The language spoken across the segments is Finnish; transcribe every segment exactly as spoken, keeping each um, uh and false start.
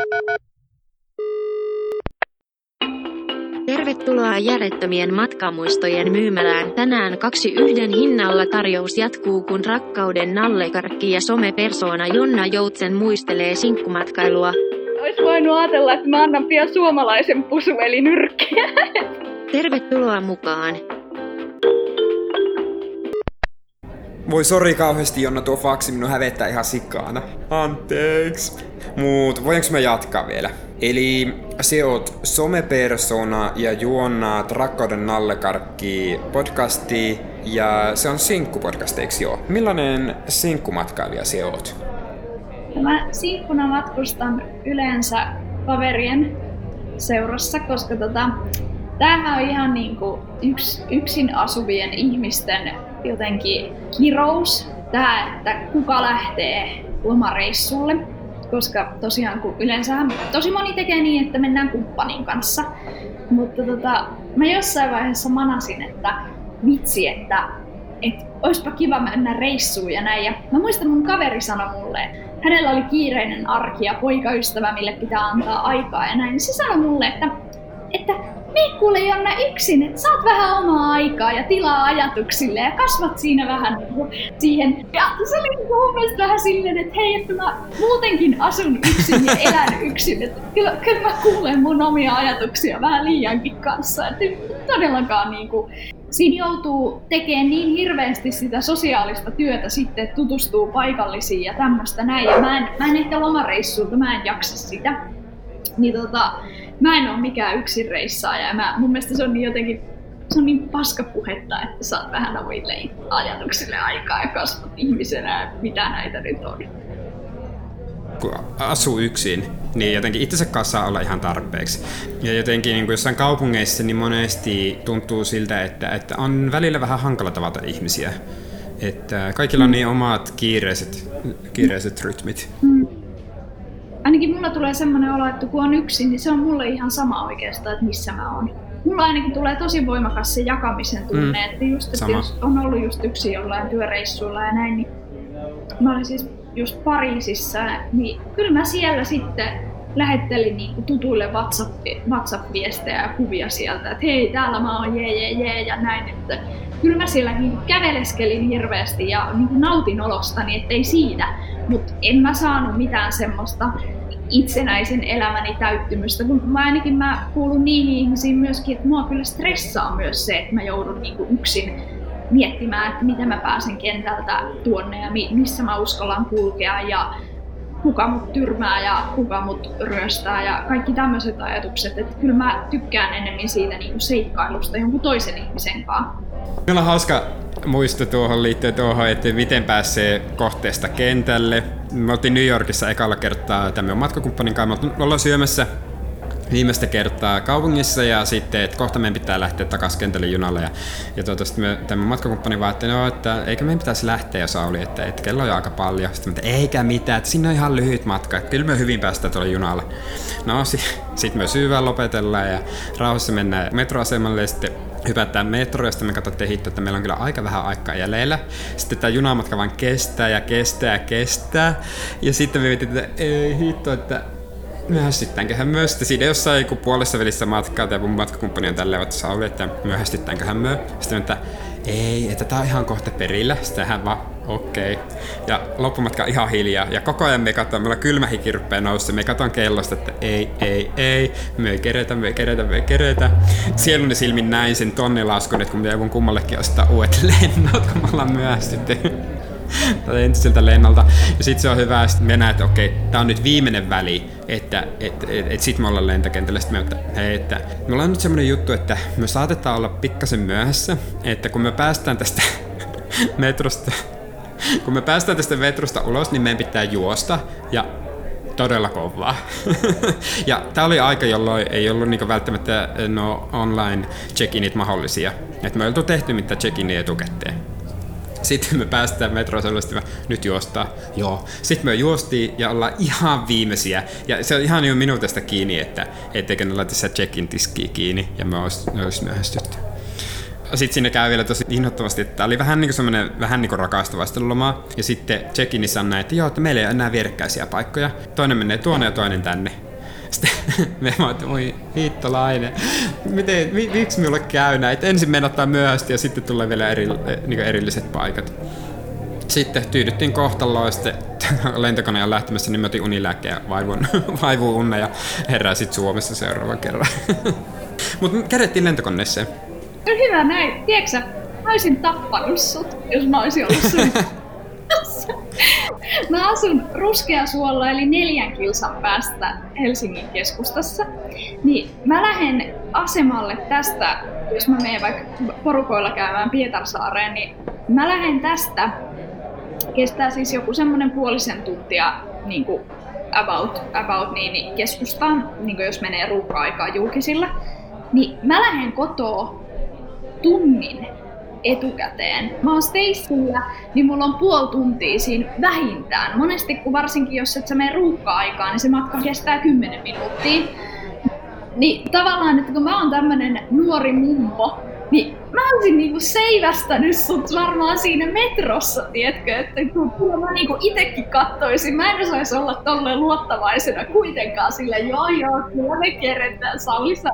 Tervetuloa järjettömien matkamuistojen myymälään. Tänään kaksi yhden hinnalla tarjous jatkuu, kun rakkauden nallekarkki ja somepersoona Jonna Joutsen muistelee sinkkumatkailua. Ois voinut ajatella, että mä annan pian suomalaisen pusuvelinyrkkiä. Tervetuloa mukaan. Voi sori kauheasti, Jonna, tuo faksi minun hävettää ihan sikana. Anteeksi. Mut voinko mä jatkaa vielä? Eli se oot somepersona ja juonnaat Rakkauden nallekarkki podcasti ja se on sinkkupodcast, eikö joo? Millainen sinkkumatkailija se oot? Mä sinkkuna matkustan yleensä kaverien seurassa, koska tota, tämähän on ihan niinku yks, yksin asuvien ihmisten jotenkin kirous. Tää, että kuka lähtee lomareissulle. Koska tosiaan kun yleensä tosi moni tekee niin, että mennään kumppanin kanssa. Mutta tota, mä jossain vaiheessa manasin, että vitsi, että et, oispa kiva mennä reissuun ja näin. Ja mä muistan, mun kaveri sanoi mulle, hänellä oli kiireinen arki ja poikaystävä, mille pitää antaa aikaa ja näin. Niin se sanoi mulle, että, että mene kuule Jonna yksin, että saat vähän omaa aikaa ja tilaa ajatuksille ja kasvat siinä vähän niin siihen. Ja se oli mun mielestä vähän silleen, että hei, että mä muutenkin asun yksin ja elän yksin. Että kyllä, kyllä mä kuulen mun omia ajatuksia vähän liiankin kanssa. Että todellakaan niin kuin, siinä joutuu tekemään niin hirveästi sitä sosiaalista työtä sitten, että tutustuu paikallisiin ja tämmöistä näin. Ja mä en, mä en ehkä lomareissulta, mä en jaksa sitä. Niin tota, mä en oo mikään yksin reissaaja ja mä, mun mielestä se on niin jotenkin, se on niin paskapuhetta, että saat vähän omille ajatuksille aikaa ja kasvat ihmisenä, mitä näitä nyt on. Kun asuu yksin, niin jotenkin itsensä kanssa saa olla ihan tarpeeksi. Ja jotenkin niin kuin jossain kaupungeissa niin monesti tuntuu siltä, että, että on välillä vähän hankala tavata ihmisiä. Että kaikilla on niin omat kiireiset, kiireiset rytmit. Mm. Ainakin mulla tulee semmoinen olo, että kun on yksin, niin se on mulle ihan sama oikeastaan, että missä mä oon. Mulla ainakin tulee tosi voimakas se jakamisen tunne, mm. että just, että jos on ollut just yksin jollain työreissuilla ja näin, niin mä olin siis just Pariisissa, niin kyllä mä siellä sitten lähettelin niinku tutuille WhatsApp, WhatsApp-viestejä ja kuvia sieltä, että hei, täällä mä oon, jee, jee, jee ja näin, että kyllä mä siellä niin käveleskelin hirveästi ja niin nautin olostani, ettei siitä, mutta en mä saanut mitään semmoista itsenäisen elämäni täyttymystä, kun mä ainakin mä kuulun niihin ihmisiin myöskin, että mua kyllä stressaa myös se, että mä joudun niin yksin miettimään, että miten mä pääsen kentältä tuonne ja missä mä uskallan kulkea ja kuka mut tyrmää ja kuka mut ryöstää ja kaikki tämmöiset ajatukset, että kyllä mä tykkään enemmän siitä niin seikkailusta jonkun toisen ihmisen kanssa. Meillä on hauska muisto tuohon liittyen tuohon, että miten pääsee kohteesta kentälle. Me oltiin New Yorkissa ekalla kertaa tämän matkakumppanin kanssa. Me ollaan syömässä viimeistä kertaa kaupungissa ja sitten, että kohta meidän pitää lähteä takaisin kentälle junalla. Ja, ja toivottavasti me, tämän matkakumppani vaan, että, no, että eikä meidän pitäisi lähteä, jos Sauli, että, että kello on jo aika paljon. Sitten että eikä mitään, että sinne on ihan lyhyt matka, että kyllä me hyvin päästään tuolla junalla. No sitten sit me syvään lopetellaan ja rauhassa mennään metroasemalle ja sitten hypätään metroon ja sitten me katsottiin hitto, että meillä on kyllä aika vähän aikaa jäljellä. Sitten tämä junamatka vaan kestää ja kestää ja kestää. Ja sitten me mietittiin, että ei hitto, että myöhästyttäänköhän myös. Sitten siinä jossain joku puolessa välissä matkaa ja mun matkakumppani on tälleen, että Sauli, että myöhästyttäänköhän myö. Sitten että ei, että tää on ihan kohta perillä. Sitten hän vaan, okei. Okay. Ja loppumatka ihan hiljaa. Ja koko ajan me katsotaan, meillä kylmä hiki rupeaa noussa. Me katsotaan kellosta, että ei, ei, ei. Me ei keretä, me ei keretä, me ei keretä. Sieluni silmin näin sen tonnilaskun, että kun me joudun kummallekin ostaa uudet lennot, kun me ollaan myöhästytty. Tai entiseltä lennolta. Ja sit se on hyvä, että me näet, että okei, tää on nyt viimeinen väli, että et, et, et sit me ollaan lentokentällä. Sitten me, että, hei, että me ollaan nyt semmonen juttu, että me saatetaan olla pikkasen myöhässä, että kun me päästään tästä metrosta, kun me päästään tästä metrosta ulos, niin meidän pitää juosta ja todella kovaa. Ja tää oli aika, jolloin ei ollut niinku välttämättä no online check-init mahdollisia. Et me ei oltu tehty mitään check-inia etukäteen. Sitten me päästään metroon sellaisesti, nyt juostaa. Joo. Sitten me juostiin ja ollaan ihan viimeisiä. Ja se on ihan jo minuutista kiinni, että etteikö ne laita sitä check-in tiskiä kiinni ja me olis, olis myöhästytty. Sitten siinä käy vielä tosi innoittavasti, että tämä oli vähän niin kuin semmoinen vähän niin kuin rakastavaistelulomaa. Ja sitten check-inissä on näin, että joo, että meillä ei ole enää vierekkäisiä paikkoja. Toinen menee tuonne ja toinen tänne. Sitten me vaan, että voi hiittolainen, miten, mi, miksi minulle käy näitä? Ensin mennään myöhästi ja sitten tulee vielä eri, niin erilliset paikat. Sitten tyydyttiin kohtaloon ja sitten lentokone on lähtemässä, niin mä otin unilääkkeen ja vaivun, vaivuun unne ja herää sitten Suomessa seuraavan kerran. Mutta kerettiin lentokoneeseen. No hyvä näin. Tiedätkö sä, mä olisin tappanut sut, jos mä olisin ollut sun. Mä asun Ruskeasuolla eli neljän kilsan päästä Helsingin keskustassa. Niin mä lähden asemalle tästä, jos mä menen vaikka porukoilla käymään Pietarsaareen, niin mä lähden tästä. Kestää siis joku semmonen puolisen tuntia niin kuin about, about niin, niin keskustaan, niin kuin jos menee ruuhka-aikaa julkisilla. Niin mä lähden kotoa tunnin etukäteen. Mä oon Stacyllä, niin mulla on puoli tuntia siinä vähintään. Monesti, kun varsinkin jos et sä mene ruuhka-aikaan, niin se matka kestää kymmenen minuuttia. Niin tavallaan, että kun mä oon tämmönen nuori mummo, niin mä olisin niinku seivästänyt sut varmaan siinä metrossa, tiedätkö? Että kyllä mä niinku itekin kattoisin. Mä en osaisi olla tolleen luottavaisena kuitenkaan sillä joo joo, kyllä me keretään Saulissa.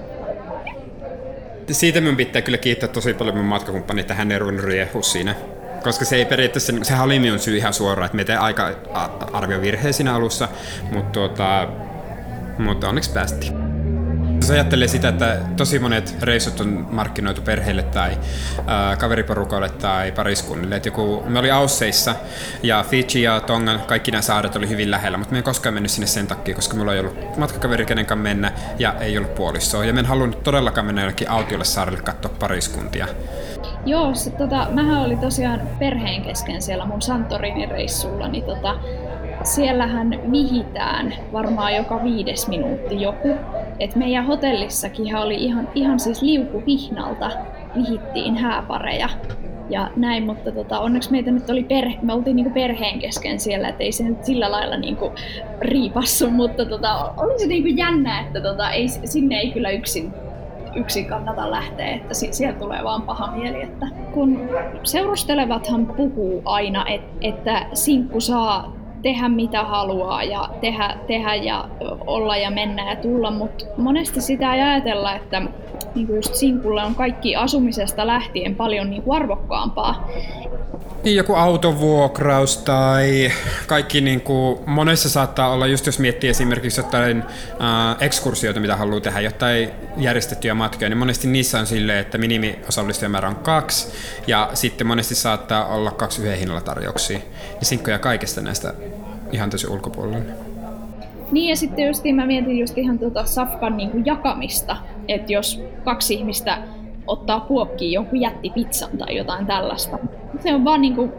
Siitä minun pitää kyllä kiittää tosi paljon mun matkakumppani, että hän ei ruvennut riehua siinä. Koska se ei periaatteessa, sehän oli minun syy ihan suoraan, että me tein aika arviovirheen siinä alussa, mutta, tuota, mutta onneksi päästiin. Jos ajattelee sitä, että tosi monet reissut on markkinoitu perheille tai ää, kaveriporukoille tai pariskunnille. Et joku, me oli Ausseissa ja Fiji ja Tongan, kaikki nämä saaret oli hyvin lähellä, mutta me en koskaan mennyt sinne sen takia, koska mulla ei ollut matkakaveri kenenkaan mennä ja ei ollut puolisoa. Ja me en halunnut todellakaan mennä jollekin autiolle saarelle katsoa pariskuntia. Joo, se, tota, mähän oli tosiaan perheen kesken siellä mun Santorinin reissulla, niin tota, siellähän vihitään varmaan joka viides minuutti joku. Et meidän hotellissakin oli ihan, ihan siis liukuhihnalta vihittiin hääpareja ja näin, mutta tota, onneksi meitä nyt oli perhe, me oltiin niinku perheen kesken siellä, et ei se nyt sillä lailla niinku riipassu, mutta tota, oli se niinku jännä, että tota, ei, sinne ei kyllä yksin yksin kannata lähteä, että siellä tulee vaan paha mieli. Että kun seurustelevathan puhuu aina, et, että sinkku saa tehdä mitä haluaa ja tehdä, tehdä ja olla ja mennä ja tulla, mutta monesti sitä ei ajatella, että niin just sinkulle on kaikki asumisesta lähtien paljon niin arvokkaampaa. Niin, joku autovuokraus tai kaikki, niin kuin, monessa saattaa olla, just jos miettii esimerkiksi jotain äh, ekskursioita, mitä haluaa tehdä, jotain järjestettyjä matkoja, niin monesti niissä on silleen, että minimi-osallistujamäärä on kaksi, ja sitten monesti saattaa olla kaksi yhden hinnalla tarjouksia. Niin sinkkoja kaikesta näistä ihan tosi ulkopuolella. Niin ja sitten justiin mä mietin just ihan tuota safkan niin kuin jakamista, että jos kaksi ihmistä ottaa puokkiin jonkun jättipizzan tai jotain tällaista. Se on vaan niinku,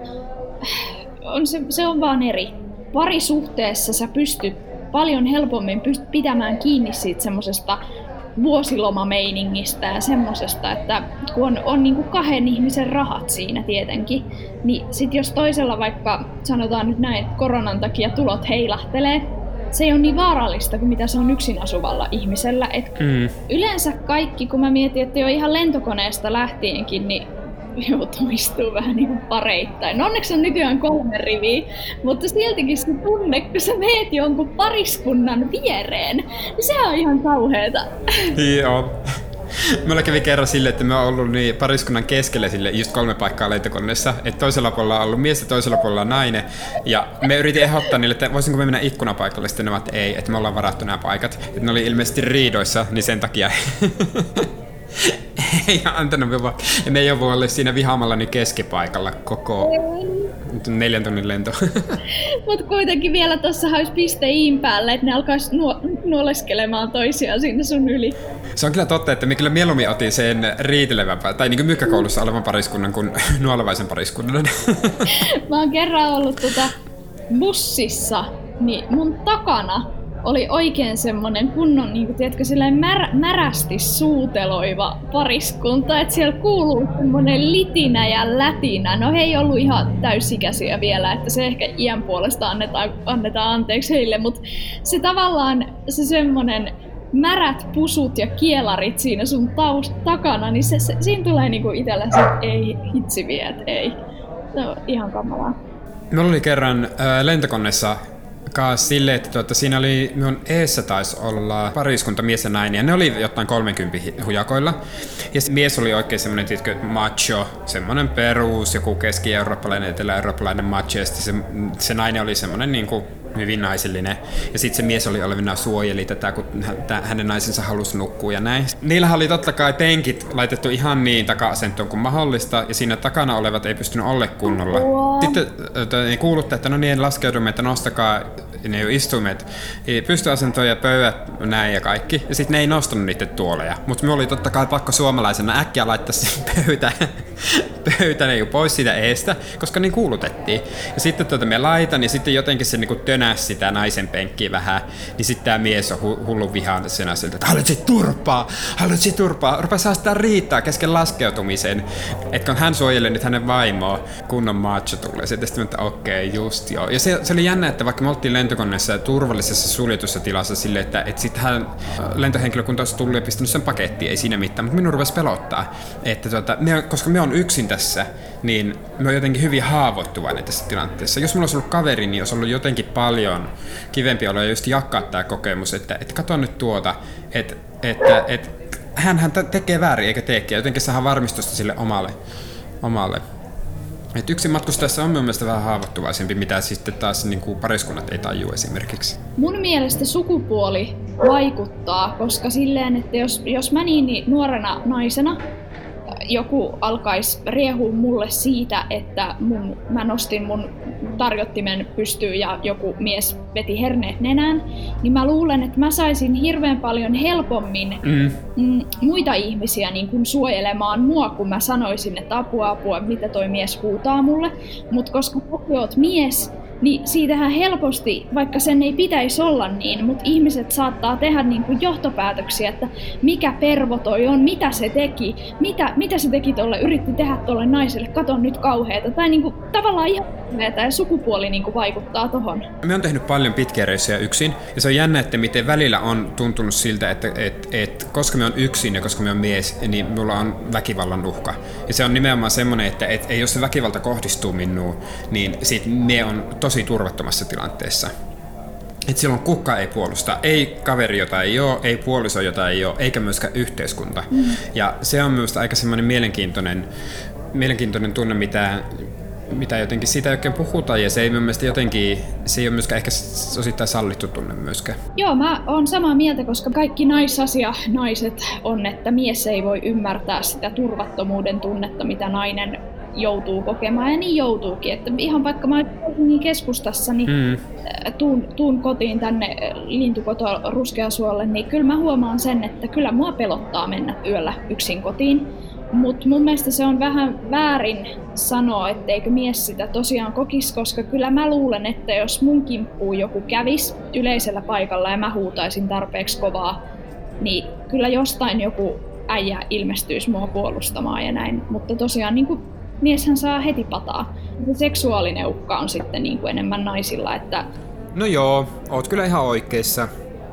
on se, se on vaan eri. Parisuhteessa sä pystyt paljon helpommin pystyt pitämään kiinni siitä semmosesta vuosilomameiningistä ja semmosesta, että kun on, on niinku kahden ihmisen rahat siinä tietenkin, niin sit jos toisella vaikka sanotaan nyt näin, että koronan takia tulot heilahtelee, se ei ole niin vaarallista kuin mitä se on yksin asuvalla ihmisellä. Et mm. Yleensä kaikki, kun mä mietin, että jo ihan lentokoneesta lähtienkin, niin joutuu istua vähän niin kuin pareittain. No onneksi on nykyään kolme riviä, mutta siltikin se tunne, kun sä meet jonkun pariskunnan viereen, niin se on ihan kauheeta. Joo. Meillä kävi kerran silleen, että me on ollut niin pariskunnan keskellä sille just kolme paikkaa lentokoneessa, että toisella puolella on ollut mies ja toisella puolella on nainen. Ja me yritin ehdottaa niille, että voisinko me mennä ikkunapaikalle, sitten ne ovat ei, että me ollaan varattu nämä paikat. Että ne oli ilmeisesti riidoissa, niin sen takia ei antanut me vaan. Ja me ei ole voi olla siinä vihaamalla niin keskipaikalla koko neljän tunnin lento. Mutta kuitenkin vielä tuossa olisi piste iin päälle, että ne alkaisi nuo- nuoleskelemaan toisiaan sinne sun yli. Se on kyllä totta, että me kyllä mieluummin otin sen riitelevämpää, tai niin kuin mykkäkoulussa olevan pariskunnan kuin nuolevaisen pariskunnan. Mä oon kerran ollut tota bussissa, niin mun takana oli oikein semmonen kunnon, niin kuin, tiedätkö, mär, märästi suuteloiva pariskunta, että siellä kuuluu semmonen litinä ja lätinä. No he ei ollut ihan täysikäisiä vielä, että se ehkä iän puolesta annetaan, annetaan anteeksi heille, mutta se tavallaan se semmonen märät pusut ja kielarit siinä sun taust takana, niin se, se, siinä tulee niinku itsellä se, että ei hitsi vie, että ei. Se on ihan kamalaa. Meillä oli kerran äh, lentokoneessa kanssa silleen, että tuota, siinä oli, minun eessä taisi olla pariskunta, mies ja nainen, ja ne oli jotain kolmenkympin hujakoilla. Ja se mies oli oikein semmoinen, tiedätkö, macho, semmoinen perus, joku keski-eurooppalainen, etelä-eurooppalainen macho, ja se, se nainen oli semmoinen niin kuin hyvin naisellinen. Ja sitten se mies oli olevinaan suojeli tätä, kun hänen naisensa halusi nukkua ja näin. Niillähän oli totta kai penkit laitettu ihan niin taka-asentoon kuin mahdollista, ja siinä takana olevat ei pystynyt alle kunnolla. Sitten ne kuulutti, että no niin, laskeudumme, että nostakaa ne jo istuimet, pystyasentoja ja pöydät näin ja kaikki. Ja sitten ne ei nostanut niiden tuoleja. Mutta me oli totta kai pakko suomalaisena äkkiä laittaa sen pöytä, pöytä niin pois siitä eestä, koska niin kuulutettiin. Ja sitten tuota me laitan ja sitten jotenkin se niin tönäsi sitä naisen penkkiä vähän, niin sitten tämä mies on hu- hullun vihaan sen siltä, että haluat sit turpaa, haluat sit turpaa, rupea saa sitä riittää kesken laskeutumisen. Että kun hän suojelee nyt hänen vaimoa, kunnon macho tulee. Sitten sitten että okei, okay, just joo. Ja se, se oli jännä, että vaikka me oltiin lentokoneessa turvallisessa suljetussa tilassa silleen, että et sitten hän lentohenkilökunta olisi tullut ja pistänyt sen pakettiin, ei siinä mitään, mutta minun rupesi pelottaa. Että tuota, me, koska me on yksin tässä, niin me on jotenkin hyvin haavoittuvainen tässä tilanteessa. Jos mulla olisi ollut kaveri, niin olisi ollut jotenkin paljon kivempi olla just jakaa tämä kokemus, että et kato nyt tuota, että että et, hänhän tekee väärin eikä teekään, jotenkin saadaan varmistusta sille omalle. omalle. Et yksin matkustajassa on mun mielestä vähän haavoittuvaisempi, mitä sitten taas niin kuin pariskunnat ei tajua esimerkiksi. Mun mielestä sukupuoli vaikuttaa, koska silleen, että jos, jos mä niin nuorena naisena joku alkaisi riehua mulle siitä, että mun, mä nostin mun tarjottimen pystyyn ja joku mies veti herneet nenään, niin mä luulen, että mä saisin hirveän paljon helpommin mm. m, muita ihmisiä niin kun suojelemaan mua, kun mä sanoisin, että apua, apua, mitä toi mies huutaa mulle. Mutta koska sä oot mies, niin siitähän helposti, vaikka sen ei pitäisi olla niin, mutta ihmiset saattaa tehdä niin kuin johtopäätöksiä, että mikä pervo toi on, mitä se teki, mitä, mitä se teki tolle, yritti tehdä tolle naiselle, kato nyt kauheeta. Tai niin kuin, tavallaan ihan kauheeta ja sukupuoli niin kuin vaikuttaa tohon. Me on tehnyt paljon pitkiä reissuja yksin, ja se on jännä, että miten välillä on tuntunut siltä, että et, et, koska me on yksin ja koska me on mies, niin mulla on väkivallan uhka. Ja se on nimenomaan semmoinen, että et, et, jos se väkivalta kohdistuu minuun, niin sit me on tosi turvattomassa tilanteessa. Et silloin kukaan ei puolusta, ei kaveri, jota ei ole, ei puoliso, jota ei ole, eikä myöskään yhteiskunta. Mm. Ja se on myös aika semmoinen mielenkiintoinen, mielenkiintoinen tunne, mitä, mitä jotenkin siitä ei oikein puhuta, ja se ei mielestäni jotenkin, se ei ole myöskään ehkä osittain sallittu tunne myöskään. Joo, mä oon samaa mieltä, koska kaikki naisasia naiset on, että mies ei voi ymmärtää sitä turvattomuuden tunnetta, mitä nainen joutuu kokemaan, ja niin joutuukin. Että ihan vaikka mä oon keskustassa, niin mm. tuun, tuun kotiin tänne lintukoto Ruskeasuolle, niin kyllä mä huomaan sen, että kyllä mua pelottaa mennä yöllä yksin kotiin. Mutta mun mielestä se on vähän väärin sanoa, etteikö mies sitä tosiaan kokisi, koska kyllä mä luulen, että jos mun kimppuun joku kävisi yleisellä paikalla ja mä huutaisin tarpeeksi kovaa, niin kyllä jostain joku äijä ilmestyisi mua puolustamaan ja näin. Mutta tosiaan niin kuin mieshän saa heti pataa. Seksuaalinen uhka on sitten niin kuin enemmän naisilla. Että... No joo, oot kyllä ihan oikeassa.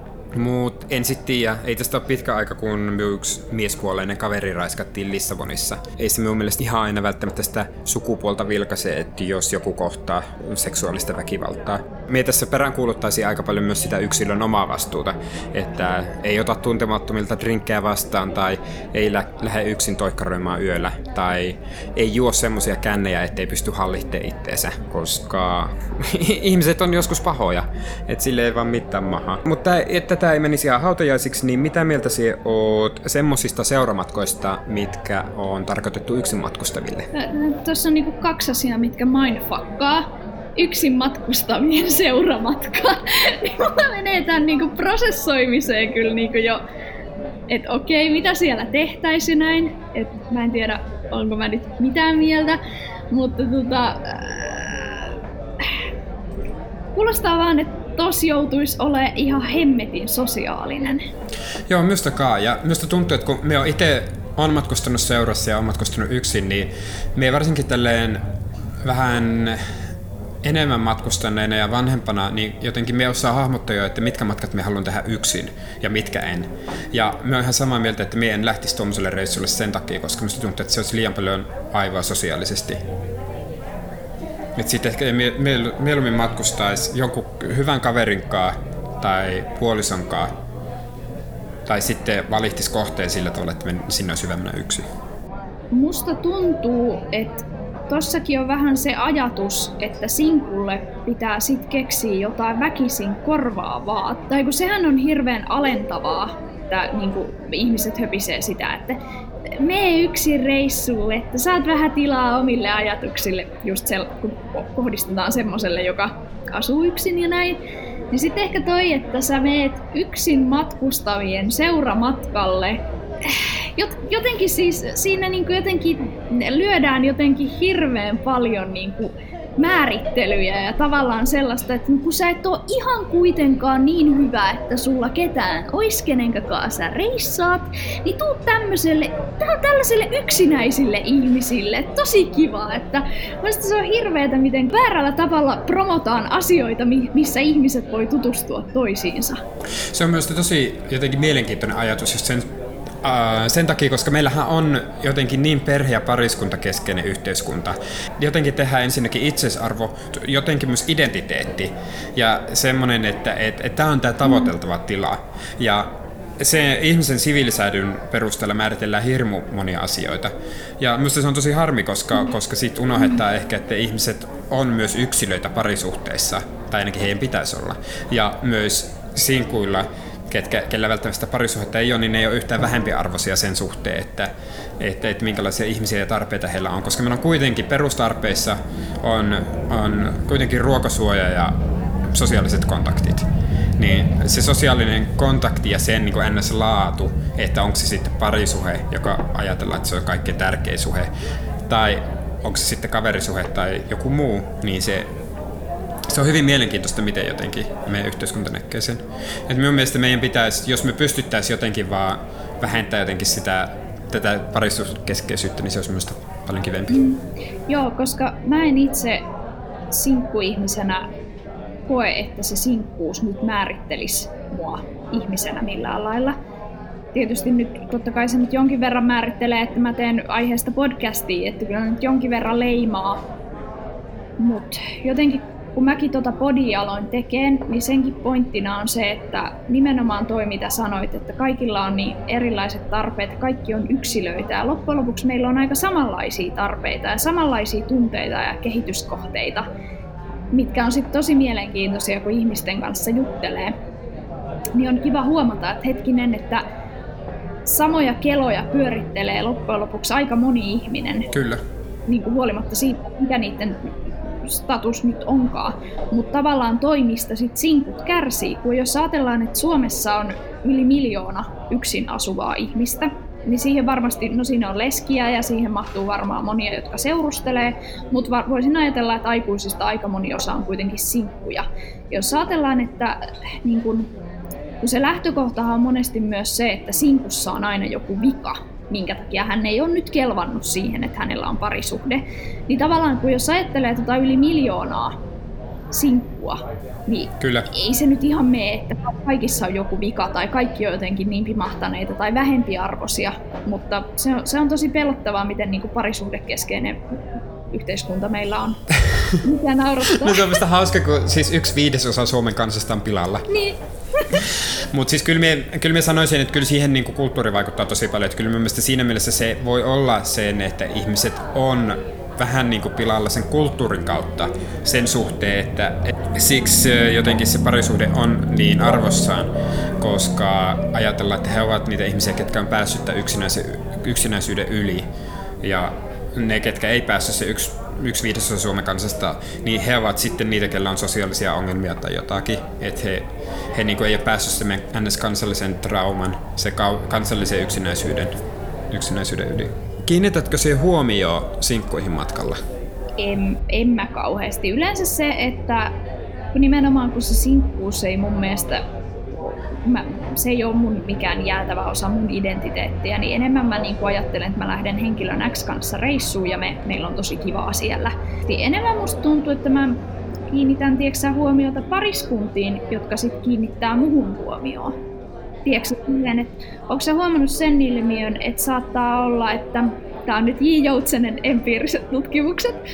Mut en sit tiedä, ei tästä ole pitkä aika, kun minun yksi miespuoleinen kaveri raiskattiin Lissabonissa. Ei se minun mielestä ihan aina välttämättä sitä sukupuolta vilkaise, että jos joku kohtaa seksuaalista väkivaltaa. Mie tässä peräänkuuluttaisiin aika paljon myös sitä yksilön omaa vastuuta, että ei ota tuntemattomilta drinkkejä vastaan tai ei lä- lähde yksin toikkaroimaan yöllä tai ei juo semmosia kännejä, ettei pysty hallitteen itteensä, koska ihmiset on joskus pahoja, että sille ei vaan mitään maha. Mutta että tämä ei menisi ihan hautajaisiksi, niin mitä mieltä sinä oot semmosista seuramatkoista, mitkä on tarkoitettu yksin matkustaville? Tuossa on niinku kaksi asiaa, mitkä mindfuckaa. Yksin matkustaminen seuramatka. Mulla menee tämän niinku prosessoimiseen kyllä niinku jo, että okei, mitä siellä tehtäisiin näin. Et mä en tiedä, onko mä nyt mitään mieltä, mutta tota... Äh, kuulostaa vaan, että tos joutuisi olemaan ihan hemmetin sosiaalinen. Joo, minustakaan. Ja minusta tuntuu, että kun me on itse on matkustanut seurassa ja on matkustanut yksin, niin me varsinkin tälleen vähän enemmän matkustaneena ja vanhempana, niin jotenkin me osaa hahmottaa jo, että mitkä matkat me haluan tehdä yksin ja mitkä en. Ja me on ihan samaa mieltä, että me en lähtisi tuollaiselle reissulle sen takia, koska minusta tuntuu, että se olisi liian paljon aivoa sosiaalisesti. Että sitten ehkä mie- mie- mieluummin matkustaisi jonkun hyvän kaverinkaan tai puolisonkaan. Tai sitten valittaisi kohteen sillä tavalla, että sinne olisi hyvä mennä yksin. Musta tuntuu, että tossakin on vähän se ajatus, että sinkulle pitää sit keksiä jotain väkisin korvaavaa. Tai kun sehän on hirveän alentavaa, että niin kuin ihmiset höpisee sitä, että mene yksin reissulle, että saat vähän tilaa omille ajatuksille, just se, kun kohdistetaan semmoselle, joka asuu yksin ja näin. Niin sitten ehkä toi, että sä meet yksin matkustavien seuramatkalle. Jotenkin siis siinä niinku jotenkin lyödään jotenkin hirveän paljon niinku määrittelyjä ja tavallaan sellaista, että kun sä et oo ihan kuitenkaan niin hyvä, että sulla ketään ois kenenkäkaan sä reissaat, niin tuu tämmöiselle, tällaiselle yksinäisille ihmisille. Tosi kiva, että mielestäni se on hirveetä, miten väärällä tavalla promotaan asioita, missä ihmiset voi tutustua toisiinsa. Se on myös tosi jotenkin mielenkiintoinen ajatus, just sen Uh, sen takia, koska meillähän on jotenkin niin perhe- ja pariskuntakeskeinen yhteiskunta. Jotenkin tehdään ensinnäkin itsesarvo, jotenkin myös identiteetti ja semmoinen, että et, et tämä on tämä tavoiteltava tila. Ja se ihmisen siviilisäädyn perusteella määritellään hirmu monia asioita. Ja minusta se on tosi harmi, koska, koska siitä unohdetaan ehkä, että ihmiset on myös yksilöitä parisuhteissa, tai ainakin heidän pitäisi olla. Ja myös sinkuilla, ketkä, kellä välttämättä parisuhdetta ei ole, niin ne ei ole yhtään vähempiarvoisia sen suhteen, että, että, että minkälaisia ihmisiä ja tarpeita heillä on. Koska meillä on kuitenkin perustarpeissa on, on kuitenkin ruokasuoja ja sosiaaliset kontaktit. Niin se sosiaalinen kontakti ja sen niin kuin N S-laatu, että onko se sitten parisuhe, joka ajatellaan, että se on kaikkein tärkein suhe, tai onko se sitten kaverisuhe tai joku muu, niin se Se on hyvin mielenkiintoista, miten jotenkin meidän yhteiskunta näkee sen. Et minun mielestä meidän pitäisi, jos me pystyttäisiin jotenkin vaan vähentää jotenkin sitä, tätä parisuhdekeskeisyyttä, niin se olisi minusta paljon kivempi. Mm. Joo, koska mä en itse sinkkuihmisenä koe, että se sinkkuus nyt määrittelisi mua ihmisenä millään lailla. Tietysti nyt totta kai se nyt jonkin verran määrittelee, että mä teen aiheesta podcastia, että kyllä nyt jonkin verran leimaa. Mut jotenkin kun mäkin tota podia aloin tekemään, niin senkin pointtina on se, että nimenomaan toi mitä sanoit, että kaikilla on niin erilaiset tarpeet, kaikki on yksilöitä ja loppujen lopuksi meillä on aika samanlaisia tarpeita ja samanlaisia tunteita ja kehityskohteita, mitkä on sitten tosi mielenkiintoisia, kun ihmisten kanssa juttelee. Niin on kiva huomata, että hetkinen, että samoja keloja pyörittelee loppujen lopuksi aika moni ihminen. Kyllä. Niin kuin huolimatta siitä, mikä niiden status nyt onkaan. Mutta tavallaan toi, mistä sit sinkut kärsii, kun jos ajatellaan, että Suomessa on yli miljoona yksin asuvaa ihmistä, niin siihen varmasti, no siinä on leskiä ja siihen mahtuu varmaan monia, jotka seurustelee, mutta voisin ajatella, että aikuisista aika moni osa on kuitenkin sinkkuja. Jos ajatellaan, että niin kun, kun se lähtökohtahan on monesti myös se, että sinkussa on aina joku vika, minkä takia hän ei ole nyt kelvannut siihen, että hänellä on parisuhde, niin tavallaan kun jos ajattelee tota yli miljoonaa sinkkua, niin Kyllä. ei se nyt ihan mene, että kaikissa on joku vika tai kaikki on jotenkin niin pimahtaneita tai vähempiarvoisia, mutta se on, se on tosi pelottavaa, miten niin kuin parisuhdekeskeinen yhteiskunta meillä on. Mitä naurattaa? No se on vasta hauska, kun siis yksi viidesosa Suomen kansasta on pilalla. Niin. Mutta siis kyllä minä kyllä sanoisin, että kyllä siihen niinku kulttuuri vaikuttaa tosi paljon. Että kyllä mielestäni siinä mielessä se voi olla sen, että ihmiset on vähän niinku pilalla sen kulttuurin kautta sen suhteen, että siksi jotenkin se parisuhde on niin arvossaan, koska ajatellaan, että he ovat niitä ihmisiä, ketkä on päässyt yksinäisyyden yli. Ja ne, ketkä ei päässyt se yksi, yksi viidesosa Suomen kansasta, niin he ovat sitten niitä, kellä on sosiaalisia ongelmia tai jotakin. Että he, he niin kuin ei ole päässyt sen ns. Kansallisen trauman, se kansallisen yksinäisyyden, yksinäisyyden yli. Kiinnitätkö siihen huomioon sinkkuihin matkalla? En, en mä kauheasti. Yleensä se, että kun nimenomaan kun se sinkkuus ei mun mielestä, mä, se ei ole mun mikään jäätävä osa mun identiteettiä, niin enemmän mä niin kuin ajattelen, että mä lähden henkilön X kanssa reissuun ja me, meillä on tosi kivaa siellä. Enemmän musta tuntuu, että mä kiinnitän tieksä, huomiota pariskuntiin, jotka sit kiinnittää muhun huomioon. Tiedätkö, että onko sä huomannut sen ilmiön, että saattaa olla, että tämä on nyt J. Joutsenen empiiriset tutkimukset,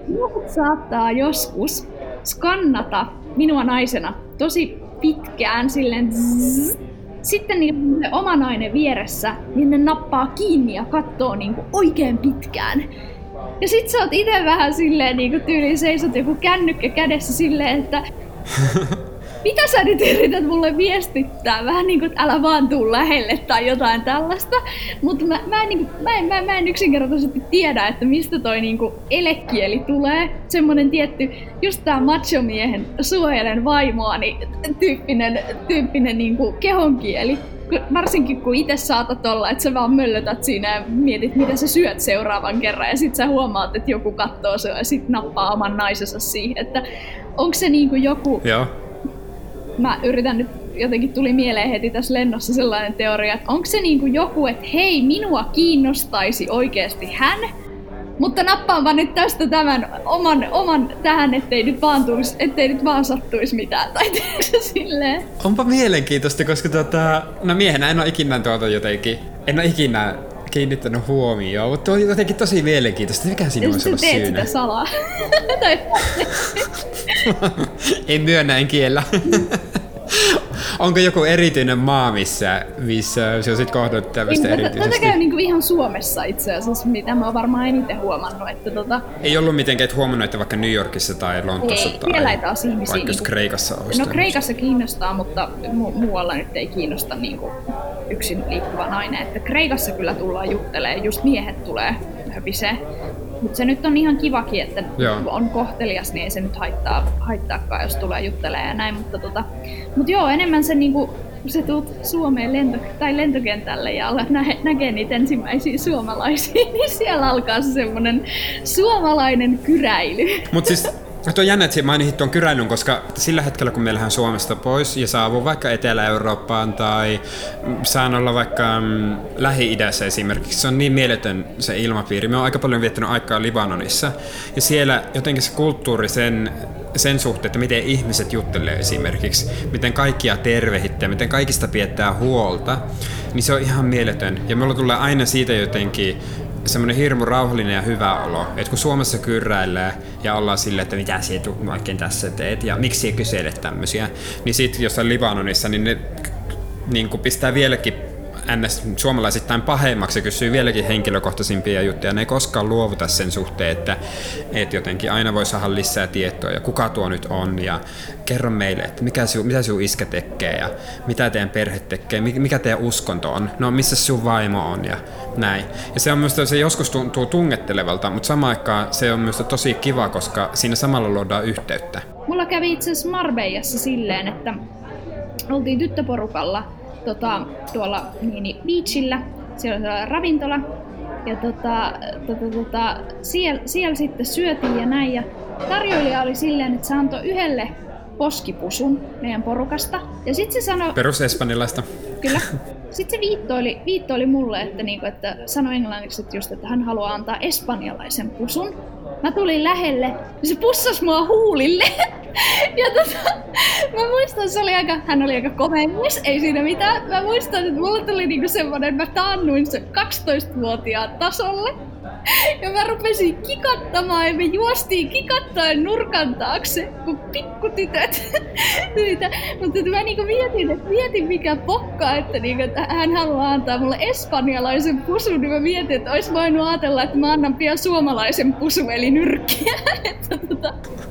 Jotkut saattaa joskus skannata minua naisena tosi pitkään silleen zzz. Sitten niin se oma nainen vieressä, niin ne nappaa kiinni ja kattoo niin oikein pitkään. Ja sit sä oot ite vähän silleen niin tyyliin seisot joku kännykkä kädessä silleen, että mitä sä nyt yrität mulle viestittää? Vähän niinku, että älä vaan tuu lähelle tai jotain tällaista. Mutta mä, mä, en, niinku, mä, en, mä, mä en yksinkertaisesti tiedä, että mistä toi niinku elekieli tulee. Semmonen tietty, just tää machomiehen suojelen vaimoani tyyppinen, tyyppinen niinku kehonkieli. Varsinkin kun itse saatat olla, että sä vaan möllötät siinä ja mietit, mitä sä syöt seuraavan kerran. Ja sit sä huomaat, että joku kattoo sua ja sit nappaa oman naisensa siihen. Että onko se niinku joku... Joo. Mä yritän nyt, jotenkin tuli mieleen heti tässä lennossa sellainen teoria, että onko se niinku joku, että hei, minua kiinnostaisi oikeasti hän, mutta nappaanpa nyt tästä tämän oman, oman tähän, ettei nyt vaan, tulis, ettei nyt vaan sattuisi mitään, tai teetkö silleen? Onpa mielenkiintoista, koska tota, no miehenä en ole ikinä tuota jotenkin, en ole ikinä kiinnittänyt huomioon, mutta on jotenkin tosi mielenkiintoista. Mikä siinä voisi olla syynä? Ja sitten teet sitä salaa. En myönnä, en kiellä. Onko joku erityinen maa, missä, missä se on sit kohdannut tämmöistä erityisesti? Tätä käy niinku ihan Suomessa itse asiassa, mitä mä oon varmaan eniten huomannut. Että tota... Ei ollut mitenkään, että huomannut, että vaikka New Yorkissa tai Lontoossa ei, tai siellä ei taas ihmisiä, vaikka niinku... Kreikassa olisi. No Kreikassa kiinnostaa, mutta mu- muualla nyt ei kiinnosta niinku yksin liikkuva nainen. Että Kreikassa kyllä tullaan juttelemaan, just miehet tulee höpisee. Mutta se nyt on ihan kivakin, että joo, on kohtelias, niin ei se nyt haittaa, haittaakaan, jos tulee juttelemaan ja näin. Mutta tota, mut joo, enemmän se niinku, kun sä tuut Suomeen lento, tai lentokentälle ja alat nä- näkee niitä ensimmäisiä suomalaisia, niin siellä alkaa se semmonen suomalainen kyräily. Mut siis... Tuo on jännä, että mainitsit tuon kyräilyn, koska sillä hetkellä, kun me lähdemme Suomesta pois ja saavun vaikka Etelä-Eurooppaan tai saan olla vaikka mm, Lähi-idässä esimerkiksi, se on niin mieletön se ilmapiiri. Me oon aika paljon viettänyt aikaa Libanonissa ja siellä jotenkin se kulttuuri sen, sen suhteen, että miten ihmiset juttelee esimerkiksi, miten kaikkia tervehittää, miten kaikista pidetään huolta, niin se on ihan mieletön. Ja mulla tulee aina siitä jotenkin semmoinen hirmu rauhallinen ja hyvä olo, että kun Suomessa kyrräillään ja ollaan silleen, että mitä sä oikein tässä teet ja miksi ei kysele tämmöisiä, niin sit jossain Libanonissa, niin ne niin pistää vieläkin ns. Suomalaisittain pahemmaksi ja kysyy vieläkin henkilökohtaisimpia juttuja. Ne ei koskaan luovuta sen suhteen, että, että jotenkin aina voi saada lisää tietoa ja kuka tuo nyt on ja kerro meille, että mikä sinun, mitä sinun iskä tekee ja mitä teidän perhe tekee, mikä teidän uskonto on, no missä sinun vaimo on ja näin. Ja se on minusta, se joskus tuntuu tungettelevalta, mutta samaan aikaan se on minusta tosi kiva, koska siinä samalla luodaan yhteyttä. Mulla kävi itse asiassa Marbellassa silleen, että oltiin tyttöporukalla Tota, tuolla niin, beachillä, siellä oli sellainen ravintola ja tota, tota, tota, siellä, siellä sitten syötiin ja näin ja tarjoilija oli silleen, että se antoi yhdelle poskipusun meidän porukasta ja sitten se sanoi... Perus espanjalaista. Kyllä. Sitten se viittoili, viittoili mulle, että, niinku, että sanoi englanniksi, että, just, että hän haluaa antaa espanjalaisen pusun. Mä tulin lähelle ja se pussasi mua huulille. Ja tota, mä muistan, että se oli aika, hän oli aika komea mies, ei siinä mitään. Mä muistan, että mulla tuli niinku semmonen, mä taannuin se kaksitoistavuotiaan tasolle. Ja mä rupesin kikattamaan ja me juostiin kikattaen nurkan taakse, kun pikkutytöt. Mutta mä niinku mietin, että mietin mikä pokka, että, niinku, että hän haluaa antaa mulle espanjalaisen pusun. Niin mä mietin, että ois voinut ajatella, että mä annan pian suomalaisen pusun, eli nyrkkiä. Että, tota,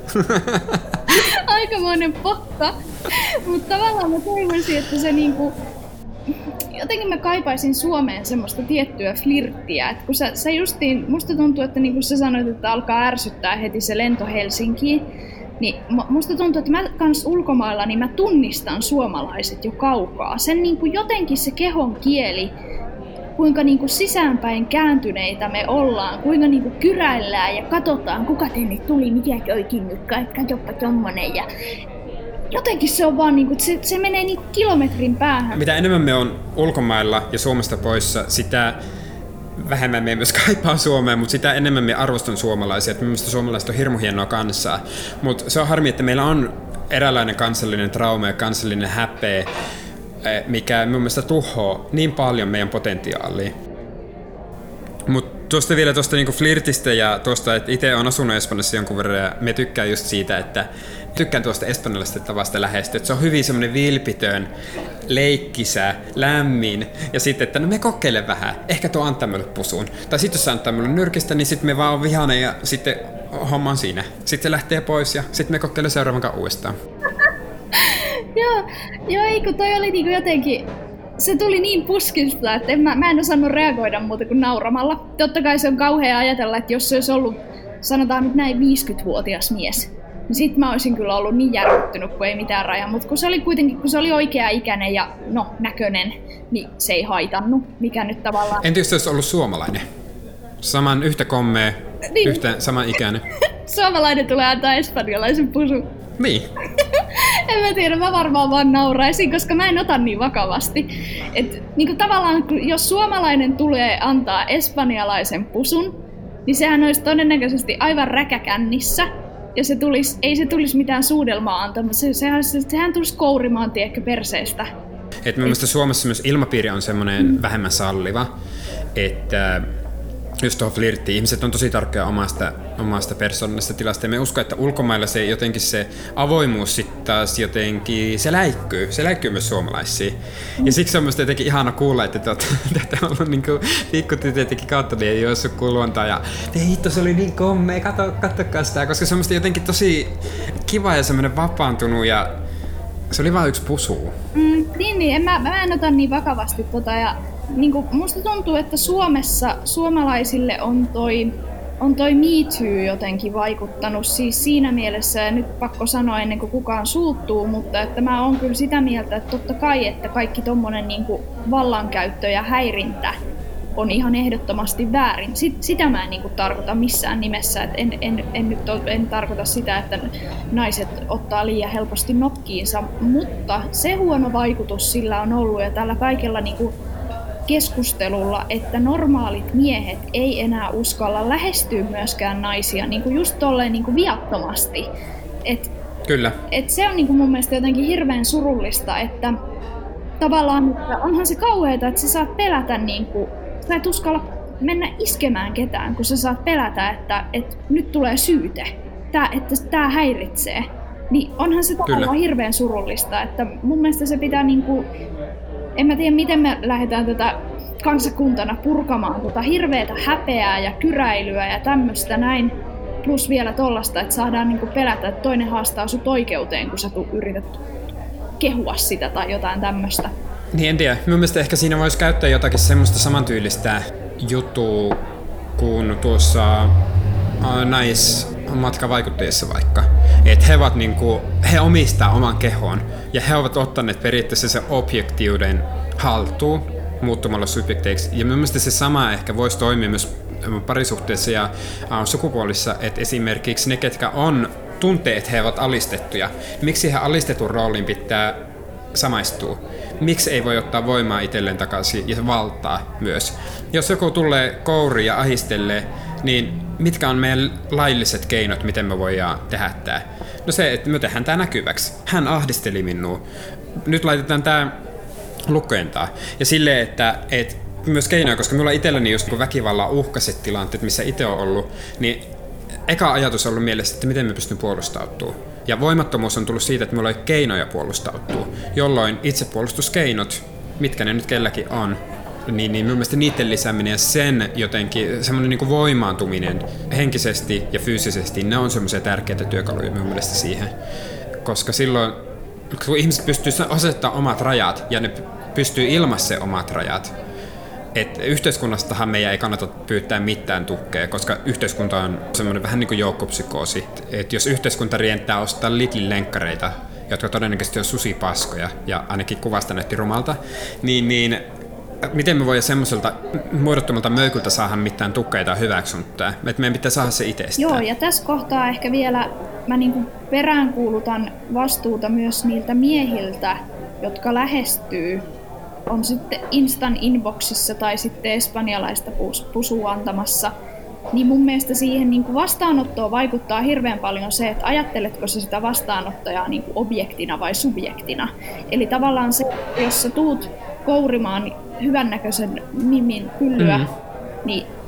aikamoinen pokka. Mutta tavallaan mä toivoisin, että se niinku... Jotenkin mä kaipaisin Suomeen semmoista tiettyä flirttiä, että kun sä, sä justiin, musta tuntuu, että niin kun sä sanoit, että alkaa ärsyttää heti se lento Helsinkiin, niin musta tuntuu, että mä kans ulkomailla, niin mä tunnistan suomalaiset jo kaukaa. Sen niin kuin jotenkin se kehon kieli, kuinka niin kuin sisäänpäin kääntyneitä me ollaan, kuinka niin kuin kyräillään ja katsotaan, kuka tänne tuli, mikä oikein nyt, katsoppa tommonen ja... Jotenkin se on vaan niinku, se, se menee niin kilometrin päähän. Mitä enemmän me on ulkomailla ja Suomesta poissa, sitä vähemmän me myös kaipaa Suomeen, mutta sitä enemmän me arvostan suomalaisia. Mielestäni suomalaiset on hirmu hienoa kansaa. Mutta se on harmi, että meillä on eräänlainen kansallinen trauma ja kansallinen häpeä, mikä mun mielestä tuhoaa niin paljon meidän potentiaalia. Mut Tuosta vielä tuosta niinku flirtistä ja tuosta, että itse olen asunut Espanjassa jonkun verran ja me tykkään just siitä, että tykkään tuosta espanjalaisesta tavasta lähestyä, että se on hyvin semmoinen vilpitön, leikkisä, lämmin ja sitten, että no me kokeile vähän, ehkä tuo antaa meille pusuun. Tai sitten jos se antaa meille nyrkistä, niin sitten me vaan on vihainen ja sitten homma on siinä. Sitten se lähtee pois ja sitten me kokeile seuraavan uudestaan. Joo, joo, ei kun toi oli niinku jotenkin, se tuli niin puskista, että en, mä, mä en osannut reagoida muuta kuin nauramalla. Totta kai se on kauhea ajatella, että jos se olisi ollut, sanotaan nyt näin viisikymmentävuotias mies, niin sit mä olisin kyllä ollut niin järkyttynyt, kun ei mitään rajaa. Mutta kun se oli kuitenkin, kun se oli oikea ikäinen ja no näköinen, niin se ei haitannut, mikä nyt tavallaan... En tietysti olisi ollut suomalainen. Saman yhtä kommea, niin. Yhtä saman ikäinen. Suomalainen tulee antaa espanjalaisen pusun. Niin. En mä tiedä, mä varmaan vaan nauraisin, koska mä en ota niin vakavasti. Et, niin kuin tavallaan, jos suomalainen tulee antaa espanjalaisen pusun, niin sehän olisi todennäköisesti aivan räkäkännissä. Ja se tulisi, ei se tulisi mitään suudelmaa antamaan, se, sehän, sehän tulisi kourimaan, tiedätkö, perseestä. Et mun mielestä Suomessa myös ilmapiiri on semmoinen mm. vähemmän salliva, että just tuohon flirttiin. Ihmiset on tosi tarkkoja omasta, omasta persoonallisesta tilasta ja me uskon, että ulkomailla se jotenkin se avoimuus sitten taas jotenkin, se läikkyy. Se läikkyy myös suomalaisiin. Ja siksi on myös jotenkin ihana kuulla, että te olette ollut niinku pikkutytöitäkin kautta niin juossut luontaa ja te hitto, se oli niin kommea, katso, katsokaa sitä, koska se on jotenkin tosi kiva ja semmoinen vapaantunut ja se oli vain yksi pusu. Mm, niin, niin. En, mä, mä en ota niin vakavasti tota ja niin kuin, musta tuntuu, että Suomessa suomalaisille on toi, on toi Me Too jotenkin vaikuttanut. Siis siinä mielessä, ja nyt pakko sanoa ennen kuin kukaan suuttuu, mutta että mä oon kyllä sitä mieltä, että totta kai, että kaikki tommonen niin kuin vallankäyttö ja häirintä on ihan ehdottomasti väärin. Sit, sitä mä en niin kuin tarkoita missään nimessä. Et en, en, en nyt to, en tarkoita sitä, että naiset ottaa liian helposti nokkiinsa, mutta se huono vaikutus sillä on ollut ja tällä kaikella niin kuin keskustelulla, että normaalit miehet ei enää uskalla lähestyä myöskään naisia niin kuin just tolleen niin kuin viattomasti. Et, Kyllä. Et se on niin kuin mun mielestä jotenkin hirveän surullista, että tavallaan että onhan se kauheata, että sä saat pelätä, niin kuin, sä et uskalla mennä iskemään ketään, kun sä saat pelätä, että, että nyt tulee syyte, tää, että tää häiritsee. Niin onhan se tavallaan hirveän surullista, että mun mielestä se pitää niinku, en mä tiedä miten me lähdetään tätä kansakuntana purkamaan tota hirveätä häpeää ja kyräilyä ja tämmöstä näin. Plus vielä tollasta, että saadaan niinku pelätä, että toinen haastaa sut oikeuteen, kun sä tu- yrität kehua sitä tai jotain tämmöstä. Niin en tiedä. Mun mielestä ehkä siinä voisi käyttää jotakin semmoista samantyylistä juttua kuin tuossa naismatkavaikutteissa vaikka. Että he, niinku, he omistaa oman kehon ja he ovat ottaneet periaatteessa sen objektiuden haltuun muuttumalla subjekteiksi. Ja mun mielestä se sama ehkä voisi toimia myös parisuhteessa ja sukupuolissa, että esimerkiksi ne, ketkä on tuntee, että he ovat alistettuja, miksi he alistetun rooliin pitää samaistua? Miksi ei voi ottaa voimaa itselleen takaisin ja valtaa myös? Jos joku tulee kouriin ja ahistelee, niin mitkä on meidän lailliset keinot, miten me voidaan tehdä tämä? No se, että me tehdään tämä näkyväksi. Hän ahdisteli minua. Nyt laitetaan tämä lukkojen taa. Ja silleen, että, että myös keinoja, koska minulla itselläni just kun väkivallan uhkaiset tilanteet, missä itse on ollut, niin eka ajatus on ollut mielessä, että miten me pystyn puolustautumaan. Ja voimattomuus on tullut siitä, että minulla ei ole keinoja puolustautua, jolloin itsepuolustuskeinot, mitkä ne nyt kelläkin on, niin, niin minun mielestä niiden lisääminen ja sen jotenkin semmoinen niin kuin voimaantuminen henkisesti ja fyysisesti, ne on semmoisia tärkeitä työkaluja minun mielestä siihen. Koska silloin, kun ihmiset pystyy asettamaan omat rajat ja ne pystyy ilmaisemaan omat rajat, että yhteiskunnastahan meidän ei kannata pyytää mitään tukea, koska yhteiskunta on semmoinen vähän niin kuin joukkopsykoosi. Että jos yhteiskunta rientää ostaa Lidl-lenkkareita, jotka todennäköisesti on susipaskoja, ja ainakin kuvasta näytti rumalta, niin, niin miten me voidaan semmoiselta muodottomalta möykyltä saada mitään tukea tai hyväksyntää? Että meidän pitää saada se itsestään. Joo, ja tässä kohtaa ehkä vielä mä niin kuin peräänkuulutan vastuuta myös niiltä miehiltä, jotka lähestyy. On sitten Instan inboxissa tai sitten espanjalaista pusua antamassa, niin mun mielestä siihen niin kuin vastaanottoon vaikuttaa hirveän paljon se, että ajatteletko sä sitä vastaanottajaa niin kuin objektina vai subjektina. Eli tavallaan se, jos sä tuut kourimaan hyvännäköisen mimin pyllyä, mm. niin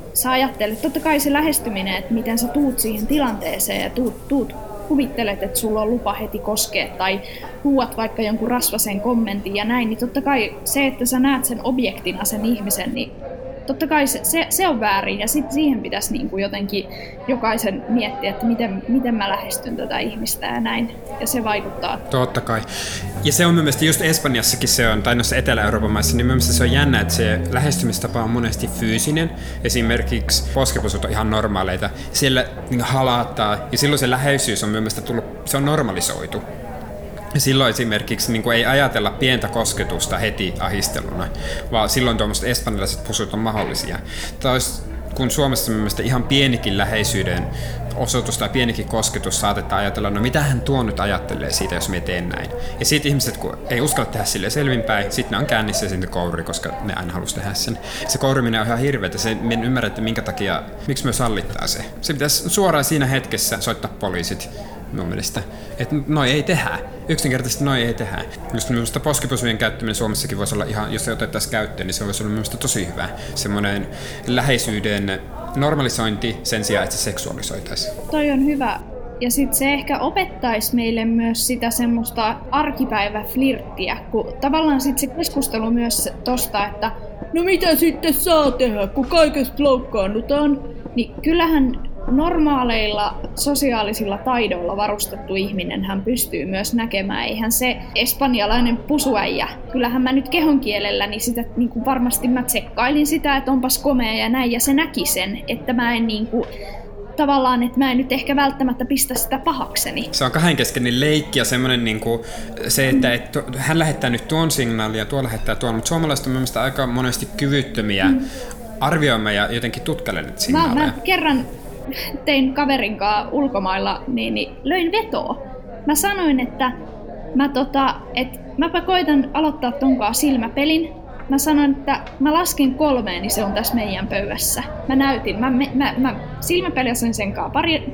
sä ajattelet, totta kai se lähestyminen, että miten sä tuut siihen tilanteeseen ja tuut, tuut kuvittelet, että sulla on lupa heti koskea tai huuat vaikka jonkun rasvasen kommentin ja näin, niin totta kai se, että sä näet sen objektina sen ihmisen, niin totta kai se, se, se on väärin ja sit siihen pitäisi niin kuin jotenkin jokaisen miettiä, että miten, miten mä lähestyn tätä ihmistä ja näin. Ja se vaikuttaa. Totta kai. Ja se on mielestäni just Espanjassakin se on, tai noissa Etelä-Euroopan maissa, niin mielestäni se on jännä, että se lähestymistapa on monesti fyysinen. Esimerkiksi poskepusut on ihan normaaleita. Siellä niin halaattaa ja silloin se läheisyys on mielestäni tullut, se on normalisoitu. Silloin esimerkiksi niin kuin ei ajatella pientä kosketusta heti ahisteluna, vaan silloin tuommoiset espanjalaiset pusut on mahdollisia. Taas kun Suomessa mielestäni ihan pienikin läheisyyden osoitus tai pienikin kosketus saatetaan ajatella, no mitä hän tuo nyt ajattelee siitä, jos me teen näin. Ja sitten ihmiset, kun ei uskalla tehdä silleen selvinpäin, sitten ne on käännissä ja sitten kouri, koska ne aina halusi tehdä sen. Se kouriminen on ihan hirveetä, se en ymmärrä, että minkä takia, miksi me sallittaa se. Se pitäisi suoraan siinä hetkessä soittaa poliisit. Mun mielestä. Että noi ei tehdä. Yksinkertaisesti noi ei tehdä. Just minusta poskipusujen käyttäminen Suomessakin voisi olla ihan, jos se otettaisiin käyttöön, niin se voisi olla minusta tosi hyvä. Semmoinen läheisyyden normalisointi sen sijaan, että se seksuaalisoitaisiin. Toi on hyvä. Ja sit se ehkä opettaisi meille myös sitä semmoista arkipäiväflirttiä, kun tavallaan sit se keskustelu myös tosta, että no mitä sitten saa tehdä, kun kaikesta loukkaannutaan, niin kyllähän normaaleilla sosiaalisilla taidoilla varustettu ihminen hän pystyy myös näkemään. Eihän se espanjalainen pusuäijä. Kyllähän mä nyt kehonkielelläni sitä niin kuin varmasti mä tsekkailin sitä, että onpas komea ja näin. Ja se näki sen, että mä en niin kuin, tavallaan, että mä en nyt ehkä välttämättä pistä sitä pahakseni. Se on kahdenkeskeinen leikki ja semmoinen niin kuin se, että et, hän lähettää nyt tuon signaalia ja tuo lähettää tuon. Mutta suomalaiset on mielestäni aika monesti kyvyttömiä mm. arvioimaan ja jotenkin tutkailemaan niitä signaaleja. Mä, mä kerran tein kaverin kanssa ulkomailla, niin, niin löin vetoa. Mä sanoin, että mä, tota, et, mäpä koitan aloittaa tonkaan silmäpelin. Mä sanoin, että mä laskin kolmeen, niin se on tässä meidän pöydässä. Mä näytin, mä, mä, mä silmäpelisin sen kanssa pari,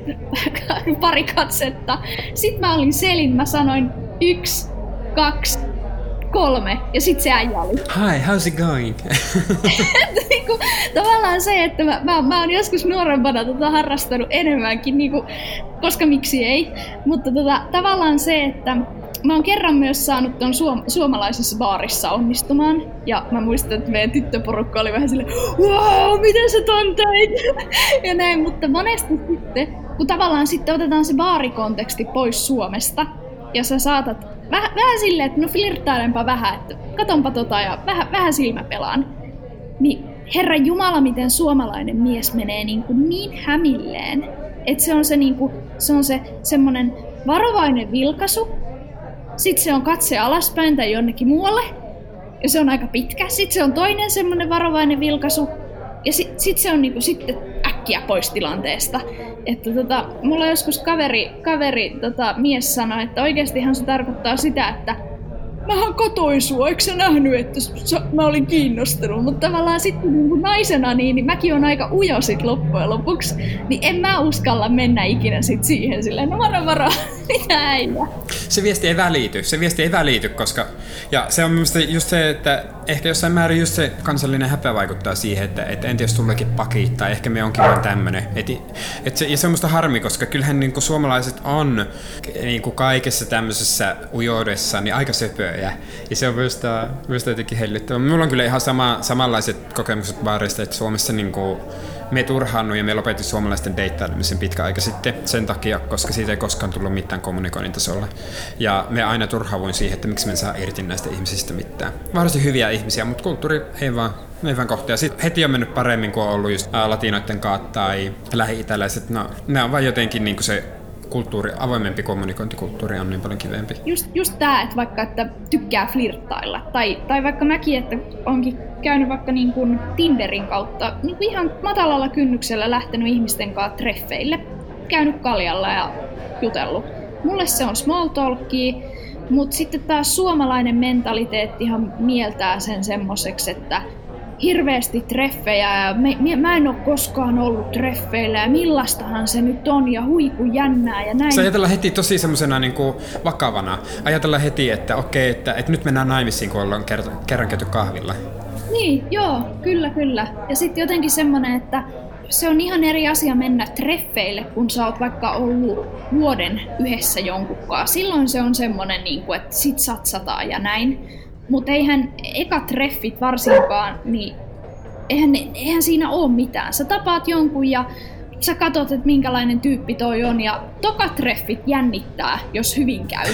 pari katsetta. Sitten mä olin selin, mä sanoin yksi, kaksi, kolme, ja sit se äijä oli. Hi, how's it going? Niinku, tavallaan se, että mä, mä, mä oon joskus nuorempana tota harrastanut enemmänkin, niinku, koska miksi ei. Mutta tota, tavallaan se, että mä oon kerran myös saanut ton suom- suomalaisessa baarissa onnistumaan. Ja mä muistan, että meidän tyttöporukka oli vähän silleen, wow, miten sä ton teit? Ja näin, mutta monesti sitten, kun tavallaan sitten otetaan se baarikonteksti pois Suomesta, ja sä saatat Väh, vähän silleen, että no flirttailenpa vähän, että katonpa tota ja vähän, vähän silmäpelaan. Niin herran jumala, miten suomalainen mies menee niin, kuin niin hämilleen, että se on se, niin kuin, se on se semmonen varovainen vilkaisu, sit se on katse alaspäin tai jonnekin muualle, ja se on aika pitkä. Sit se on toinen semmonen varovainen vilkaisu, ja sit, sit se on niin kuin, sitten äkkiä pois tilanteesta. Että tota, mulla joskus kaveri, kaveri tota, mies sanoi, että oikeastihan se tarkoittaa sitä, että mähän katoin sua, eikö sä nähnyt, että mä olin kiinnostunut, mutta tavallaan sitten niin naisena niin, niin mäkin on aika ujo sit loppujen lopuksi, niin en mä uskalla mennä ikinä sit siihen silleen, no varo varo, mitä äijä. Se viesti ei välity, se viesti ei välity, koska, ja se on mielestäni just se, että ehkä jossain määrin just se kansallinen häpeä vaikuttaa siihen, että, että en tiedä, jos tullekin pakit, tai ehkä me onkin vain tämmönen. Et, et se, ja se on musta harmi, koska kyllähän niin kuin suomalaiset on niin kuin kaikessa tämmöisessä ujoudessa niin aika söpöjä. Ja se on minusta, minusta jotenkin hellyttävää. Minulla on kyllä ihan sama, samanlaiset kokemukset baarista, että Suomessa niin kuin me turhaannut ja me lopetin suomalaisten deittailemisen pitkä aika sitten sen takia, koska siitä ei koskaan tullut mitään kommunikoinnin tasolla. Ja me aina turhaavuin siihen, että miksi me en saa irti näistä ihmisistä mitään. Varsin hyviä ihmisiä, mutta kulttuuri ei vaan, ei vaan kohtaa. Sitten heti on mennyt paremmin, kuin on ollut just latinoiden kanssa tai lähi-itäläiset. No, ne on vaan jotenkin niin kuin se kulttuuri, avoimempi kommunikointikulttuuri on niin paljon kivempi. Just, just tää, että vaikka että tykkää flirttailla, tai, tai vaikka mäkin, että onkin käynyt vaikka niin kuin Tinderin kautta niin kuin ihan matalalla kynnyksellä lähtenyt ihmisten kanssa treffeille, käynyt kaljalla ja jutellut. Mulle se on small talkia, mutta sitten taas suomalainen mentaliteettihan mieltää sen semmoiseksi, että hirveästi treffejä ja me, me, mä en ole koskaan ollut treffeillä ja millaistahan se nyt on ja huiku jännää ja näin. Se ajatellaan heti tosi semmosena niin kuin vakavana. Ajatellaan heti, että okei, että, että nyt mennään naimisiin, kun ollaan kerran, kerran käyty kahvilla. Niin, joo, kyllä, kyllä. Ja sitten jotenkin semmonen, että se on ihan eri asia mennä treffeille, kun sä oot vaikka ollut vuoden yhdessä jonkunkaan. Silloin se on semmonen, niin kuin, että sit satsataan ja näin. Mutta eihän eka treffit varsinkaan, niin eihän, eihän siinä ole mitään. Sä tapaat jonkun ja sä katot, että minkälainen tyyppi toi on, ja toka treffit jännittää, jos hyvin käy.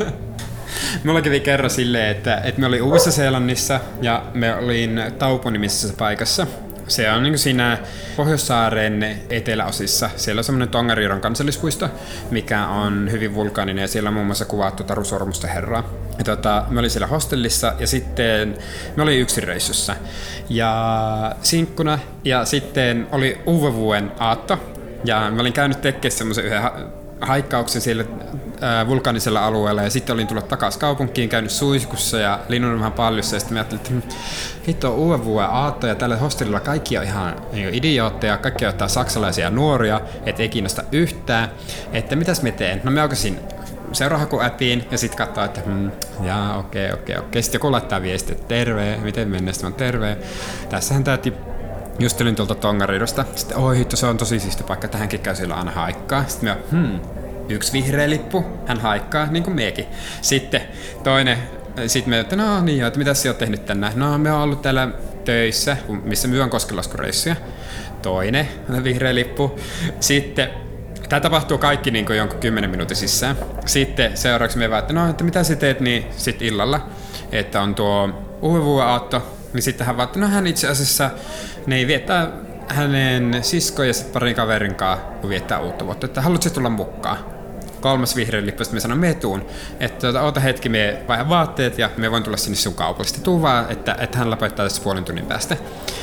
Mulla kävi kerran silleen, että, että me olin Uudessa-Seelannissa ja me olin Taupo-nimisessä paikassa. Se on niin kuin siinä Pohjoissaaren eteläosissa. Siellä on semmoinen Tongariron kansallispuisto, mikä on hyvin vulkaaninen, ja siellä on muun muassa kuvattu Taru Sormusten herraa. Ja tota, me olin siellä hostellissa ja sitten me olin yksin reissussa ja sinkkuna, ja sitten oli uudenvuoden aatto ja mä olin käynyt tekemään semmoisen yhden ha- haikkauksen siellä ää, vulkaanisella alueella, ja sitten olin tullut takaisin kaupunkiin, käynyt suihkussa ja linnunut vähän paljussa, ja sitten mä ajattelin, että hitto on uuden vuoden aatto ja tällä hostellilla kaikki on ihan niin idiootteja, kaikki ottaa saksalaisia nuoria, et ei kiinnosta yhtään, että mitäs me teen? No mä aukasin seurahakuäpiin ja sitten katsoin, että hmm, jaa, okei, okei, okei. Sitten joku laittaa viestiä, että terve, miten mennä, sitten on terve. Tässähän tää just olin tuolta Tongarirosta. Sitten oi hitto, se on tosi siisti paikka, että hänkin käy silloin aina haikkaa. Sitten mä, hmm, yksi vihreä lippu, hän haikkaa, niin kuin mekin. Sitten toinen, sitten me, että no niin joo, että mitä sä oot tehnyt tänään? No me oon ollut täällä töissä, missä myyn koskenlaskureissuja. Toinen vihreä lippu. Sitten tämä tapahtuu kaikki niin kuin jonkun kymmenen minuutin sisään. Sitten seuraavaksi me vaan, että no, että mitä sä teet, niin sitten illalla, että on tuo uudenvuoden aatto, niin sitten hän vaan, että no hän itse asiassa, ne ei viettää hänen siskon ja sitten parin kaverin kanssa, kun viettää uutta vuotta, että haluatko tulla mukaan? Kolmas vihreä lippu, sitten me sanoin, me tuun, että tuota, oota hetki, me vaihan vaatteet ja me voin tulla sinne sun kaupalle. Sitten tuu vaan, että, että hän lopettaa tässä puolen tunnin päästä.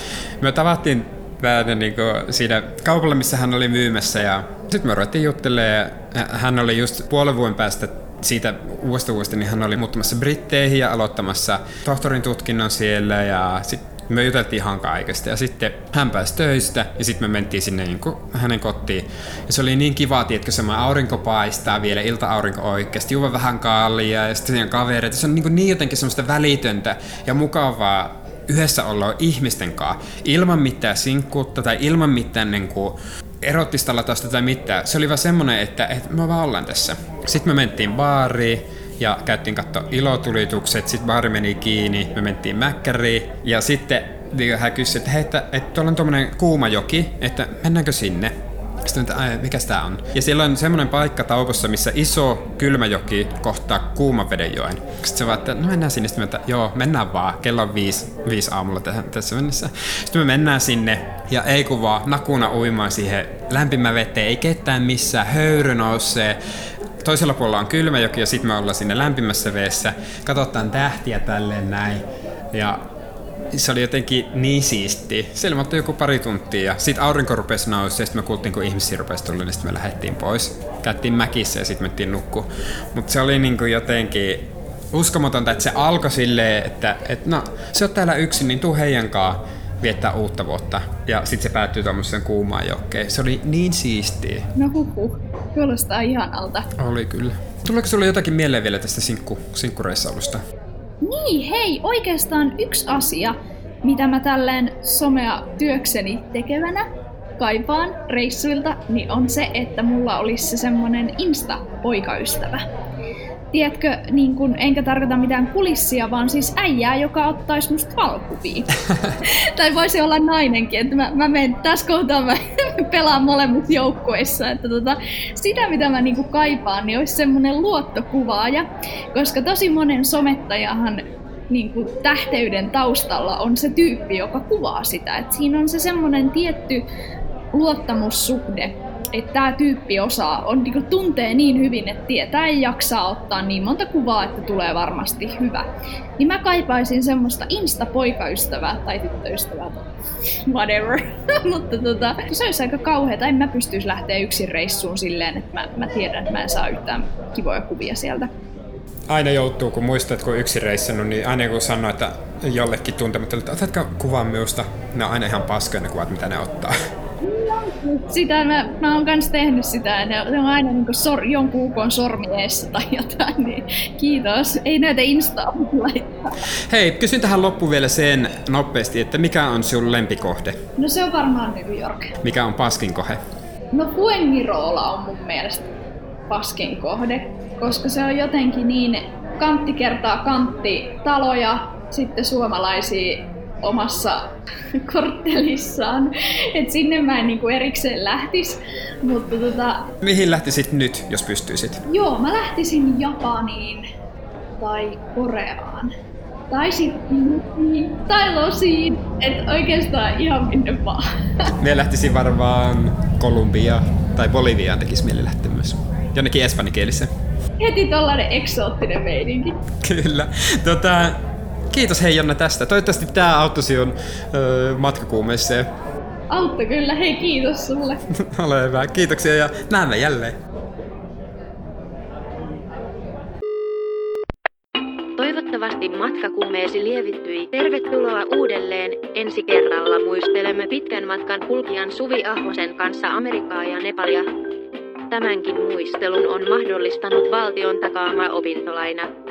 Me tavattiin vähän niin kuin siinä kaupalla, missä hän oli myymässä, ja sitten me ruvettiin juttelemaan. Hän oli just puolen vuoden päästä siitä uudesta vuodesta, niin hän oli muuttamassa Britteihin ja aloittamassa tohtorin tutkinnon siellä, ja sitten me juteltiin ihan kaikesta, ja sitten hän pääsi töistä, ja sitten me mentiin sinne niin kuin hänen kotiin. Ja se oli niin kiva, että semmoinen aurinko paistaa vielä, ilta-aurinko oikeasti, juo vähän kaalia, ja sitten siinä kavereita. Se on niin, niin jotenkin semmoista välitöntä ja mukavaa yhdessä olla ihmisten kanssa, ilman mitään sinkkuutta tai ilman mitään niin kuin erottista latausta tai mitään. Se oli vaan semmoinen, että, että me vaan ollaan tässä. Sitten me mentiin baariin ja käyttiin katsoa ilotulitukset, sitten baari meni kiinni, me mentiin mäkkäriin ja sitten hän kysyi, että hei, että, että tuolla on tuommoinen kuuma joki, että mennäänkö sinne? Sitten, että ai, mikäs tää on? Ja siellä on semmoinen paikka Taupossa, missä iso kylmäjoki kohtaa kuuman vedenjoen. Sitten se vaan, että no mennään sinne. Sitten me, että joo, mennään vaan. Kello on viisi, viisi aamulla tässä mennessä. Sitten me mennään sinne ja ei kun vaan nakuna uimaan siihen lämpimään veteen. Ei ketään missään, höyry nousee. Toisella puolella on kylmäjoki ja sitten me ollaan sinne lämpimässä veessä. Katsotaan tähtiä tälleen näin. Ja se oli jotenkin niin siistiä. Siellä me joku pari tuntia ja sitten aurinko rupesi nousi ja sitten me kuultiin, kun ihmisiä rupesi tulla, niin sitten me lähdettiin pois. Käyttiin mäkissä ja sitten mentiin nukkua. Mutta se oli niinku jotenkin uskomatonta, että se alkoi silleen, että et no, se on täällä yksin, niin tuu heidän kanssa viettää uutta vuotta. Ja sitten se päättyi tuommoiseen kuumaan jokeen. Se oli niin siistiä. No huhu, kuulostaa ihanalta. Oli kyllä. Tuleeko sulle jotakin mieleen vielä tästä sinkku, sinkkureissailusta? Niin, hei, oikeastaan yksi asia, mitä mä tälleen somea työkseni tekevänä kaipaan reissuilta, niin on se, että mulla olisi se semmonen Insta-poikaystävä. Tiedätkö, niin kun, enkä tarkoita mitään kulissia, vaan siis äijää, joka ottaisi musta valokuvia. Tai voisi olla nainenkin, että mä, mä menen tässä kohtaa, mä pelaan molemmissa joukkueissa. Että tota, sitä, mitä mä niinku kaipaan, niin olisi semmonen luottokuvaaja, koska tosi monen somettajahan niinku tähteyden taustalla on se tyyppi, joka kuvaa sitä. Et siinä on se semmonen tietty luottamussuhde, että tämä tyyppi osaa, on, niin tuntee niin hyvin, että tietää ei jaksaa ottaa niin monta kuvaa, että tulee varmasti hyvä. Niin mä kaipaisin semmoista Insta-poikaystävää tai tyttöystävää, whatever. Mutta tota, se olisi aika kauheata, en mä pystyisi lähteä yksin reissuun silleen, että mä, mä tiedän, että mä en saa yhtään kivoja kuvia sieltä. Aina joutuu, kun muistat, kun yksin reissannut, niin aina kun sanoo, että jollekin tuntematta, että otatko kuvaa minusta, ne on aina ihan paskoja ne kuvat, mitä ne ottaa. No, Sitä mä, mä oon kans tehnyt sitä, ne, ne on aina niin sor, jonkun ukon sormieessa tai jotain, niin kiitos. Ei näitä Instaa laittaa. Hei, kysyn tähän loppuun vielä sen nopeasti, että mikä on sun lempikohde? No se on varmaan New York. Mikä on paskin kohde? No Fuengirola on mun mielestä paskin kohde, koska se on jotenkin niin kantti kertaa kantti taloja, sitten suomalaisia omassa korttelissaan, että sinne mä en niinku erikseen lähtis, mutta tota... Mihin lähtisit nyt, jos pystyisit? Joo, mä lähtisin Japaniin tai Koreaan. Tai sitten tai Losiin, että oikeastaan ihan minne vaan. Me lähtisin varmaan Kolumbiaan tai Boliviaan tekisi mieli lähteä myös. Jonnekin espanjakieliseen. Heti tollanen eksoottinen meininki. Kyllä. Tota, kiitos hei Jonna tästä. Toivottavasti tää auttoi sinun öö, matkakuumeeseen. Autto kyllä. Hei, kiitos sulle. Ole hyvä. Kiitoksia ja näemme jälleen. Toivottavasti matkakuumeesi lievittyi. Tervetuloa uudelleen. Ensi kerralla muistelemme pitkän matkan kulkijan Suvi Ahosen kanssa Amerikkaa ja Nepalia. Tämänkin muistelun on mahdollistanut valtion takaama opintolaina.